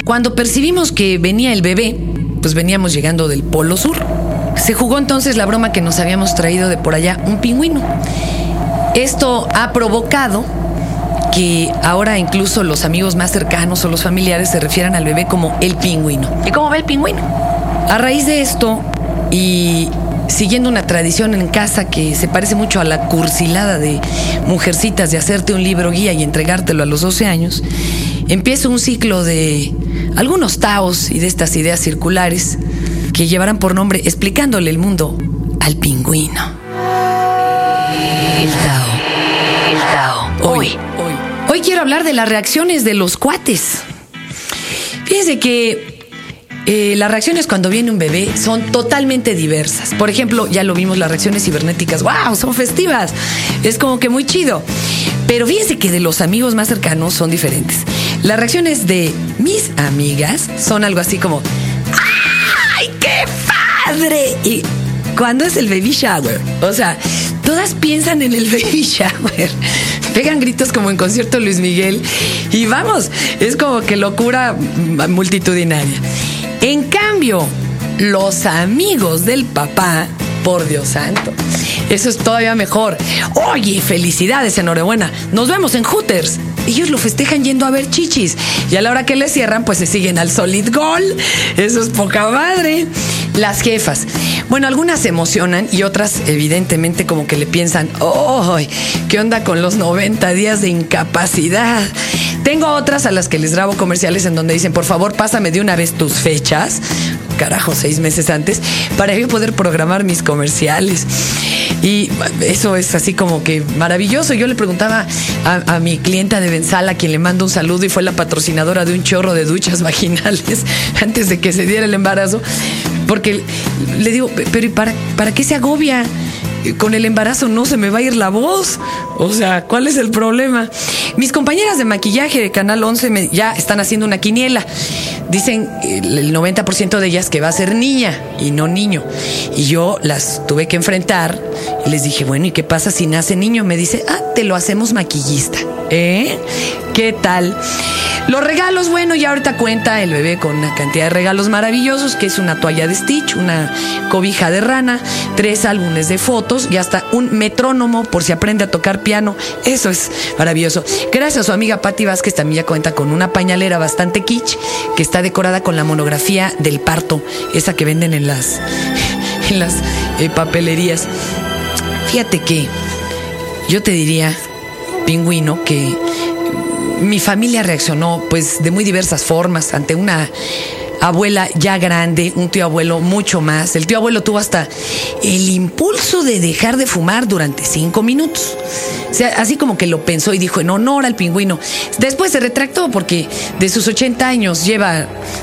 Cuando percibimos que venía el bebé, pues veníamos llegando del Polo Sur. Se jugó entonces la broma que nos habíamos traído de por allá, un pingüino. Esto ha provocado que ahora incluso los amigos más cercanos o los familiares se refieran al bebé como el pingüino. ¿Y cómo va el pingüino? A raíz de esto, y siguiendo una tradición en casa que se parece mucho a la cursilada de Mujercitas de hacerte un libro guía y entregártelo a los 12 años, empieza un ciclo de algunos taos y de estas ideas circulares que llevarán por nombre Explicándole el mundo al pingüino. El Tao. Hoy quiero hablar de las reacciones de los cuates. Fíjense que las reacciones cuando viene un bebé son totalmente diversas. Por ejemplo, ya lo vimos, las reacciones cibernéticas. ¡Wow! Son festivas. Es como que muy chido. Pero fíjense que de los amigos más cercanos son diferentes. Las reacciones de mis amigas son algo así como ¡ay, qué padre! Y cuando es el baby shower, o sea, todas piensan en el baby shower. Pegan gritos como en concierto Luis Miguel. Y vamos, es como que locura multitudinaria. En cambio, los amigos del papá, por Dios santo, eso es todavía mejor. Oye, felicidades, enhorabuena, nos vemos en Hooters. Ellos lo festejan yendo a ver chichis. Y a la hora que les cierran, pues se siguen al Solid Gold. Eso es poca madre. Las jefas. Bueno, algunas se emocionan y otras evidentemente como que le piensan, ¡oh! ¿Qué onda con los 90 días de incapacidad? Tengo otras a las que les grabo comerciales en donde dicen, por favor, pásame de una vez tus fechas. Carajo, 6 meses antes, para yo poder programar mis comerciales. Y eso es así como que maravilloso. Yo le preguntaba a mi clienta de Bensal, a quien le mando un saludo y fue la patrocinadora de un chorro de duchas vaginales antes de que se diera el embarazo, porque le digo, pero ¿y para qué se agobia? Con el embarazo no se me va a ir la voz. O sea, ¿cuál es el problema? Mis compañeras de maquillaje de Canal 11 ya están haciendo una quiniela. Dicen el 90% de ellas que va a ser niña y no niño. Y yo las tuve que enfrentar y les dije, bueno, ¿y qué pasa si nace niño? Me dice, te lo hacemos maquillista. ¿Qué tal? Los regalos, bueno, ya ahorita cuenta el bebé con una cantidad de regalos maravillosos, que es una toalla de Stitch, una cobija de rana, 3 álbumes de fotos y hasta un metrónomo por si aprende a tocar piano. Eso es maravilloso. Gracias a su amiga Patti Vázquez también ya cuenta con una pañalera bastante kitsch que está decorada con la monografía del parto, esa que venden en las papelerías. Fíjate que yo te diría, pingüino, que mi familia reaccionó pues de muy diversas formas ante una abuela ya grande, un tío abuelo mucho más. El tío abuelo tuvo hasta el impulso de dejar de fumar durante 5 minutos. O sea, así como que lo pensó y dijo en honor al pingüino. Después se retractó porque de sus 80 años lleva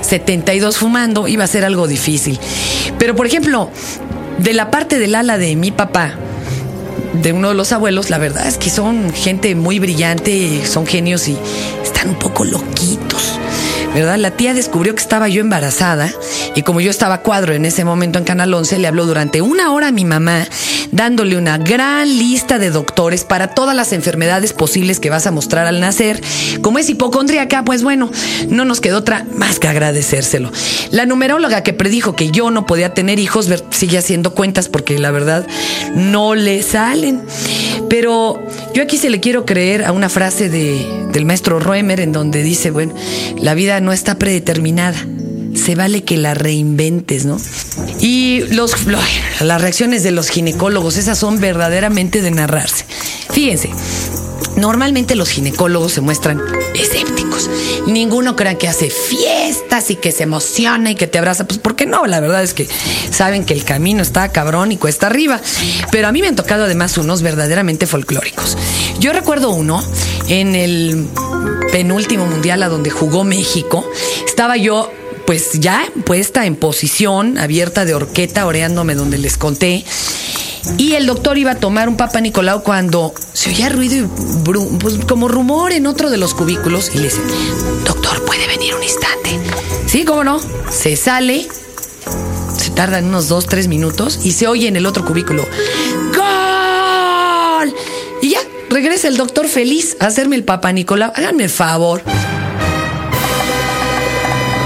72 fumando, iba a ser algo difícil. Pero por ejemplo, de la parte del ala de mi papá, de uno de los abuelos, la verdad es que son gente muy brillante, son genios y están un poco loquitos, ¿verdad? La tía descubrió que estaba yo embarazada y como yo estaba cuadro en ese momento en Canal 11, le habló durante 1 hora a mi mamá, dándole una gran lista de doctores para todas las enfermedades posibles que vas a mostrar al nacer. Como es hipocondríaca, pues bueno, no nos quedó otra más que agradecérselo. La numeróloga que predijo que yo no podía tener hijos sigue haciendo cuentas porque la verdad no le salen. Pero yo aquí se le quiero creer a una frase del maestro Roemer en donde dice, bueno, la vida no está predeterminada, se vale que la reinventes, ¿no? Y las reacciones de los ginecólogos, esas son verdaderamente de narrarse. Fíjense, normalmente los ginecólogos se muestran escépticos. Ninguno crea que hace fiestas y que se emociona y que te abraza. Pues, ¿por qué no? La verdad es que saben que el camino está cabrón y cuesta arriba. Pero a mí me han tocado además unos verdaderamente folclóricos. Yo recuerdo uno en el penúltimo mundial a donde jugó México. Estaba yo pues ya puesta en posición abierta de horqueta, oreándome donde les conté. Y el doctor iba a tomar un Papa Nicolau cuando se oía ruido y pues como rumor en otro de los cubículos. Y le dice, doctor, ¿puede venir un instante? Sí, ¿cómo no? Se sale, se tardan unos 2-3 minutos y se oye en el otro cubículo, ¡gol! Y ya, regresa el doctor feliz a hacerme el Papa Nicolau. Háganme el favor.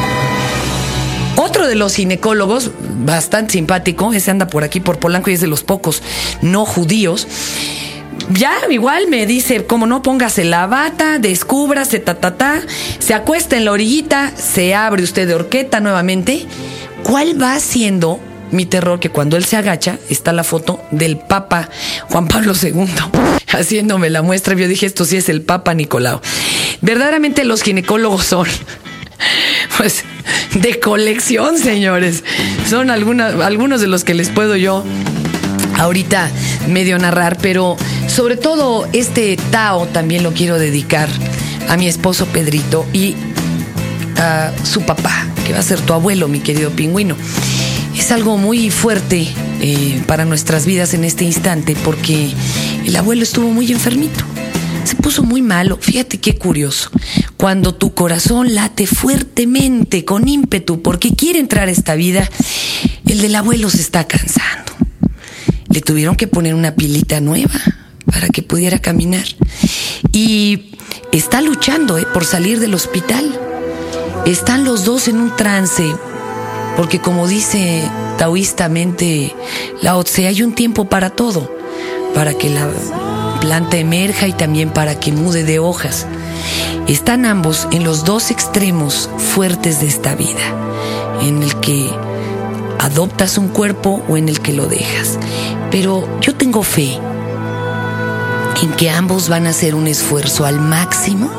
otro de los ginecólogos, bastante simpático, ese anda por aquí por Polanco y es de los pocos no judíos, ya igual me dice, como no, póngase la bata, descúbrase, se acuesta en la orillita, se abre usted de horqueta nuevamente. ¿Cuál va siendo mi terror? Que cuando él se agacha está la foto del Papa Juan Pablo II haciéndome la muestra. Yo dije, esto sí es el Papa Nicolau. Verdaderamente los ginecólogos son pues de colección, señores. Son algunos de los que les puedo yo ahorita medio narrar, pero sobre todo este Tao también lo quiero dedicar a mi esposo Pedrito y a su papá, que va a ser tu abuelo, mi querido pingüino. Es algo muy fuerte para nuestras vidas en este instante, porque el abuelo estuvo muy enfermito, se puso muy malo. Fíjate qué curioso, cuando tu corazón late fuertemente, con ímpetu, porque quiere entrar a esta vida, el del abuelo se está cansando. Le tuvieron que poner una pilita nueva para que pudiera caminar. Y está luchando por salir del hospital. Están los dos en un trance, porque como dice taoístamente Lao Tse, hay un tiempo para todo, para que la planta emerja y también para que mude de hojas. Están ambos en los dos extremos fuertes de esta vida, en el que adoptas un cuerpo o en el que lo dejas. Pero yo tengo fe en que ambos van a hacer un esfuerzo al máximo,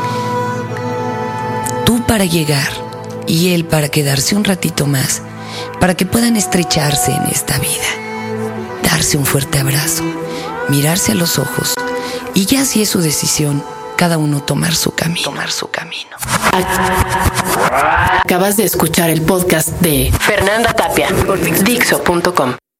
tú para llegar y él para quedarse un ratito más, para que puedan estrecharse en esta vida, darse un fuerte abrazo, mirarse a los ojos y ya, si es su decisión, cada uno tomar su camino. Acabas de escuchar el podcast de Fernanda Tapia por Dixo.com.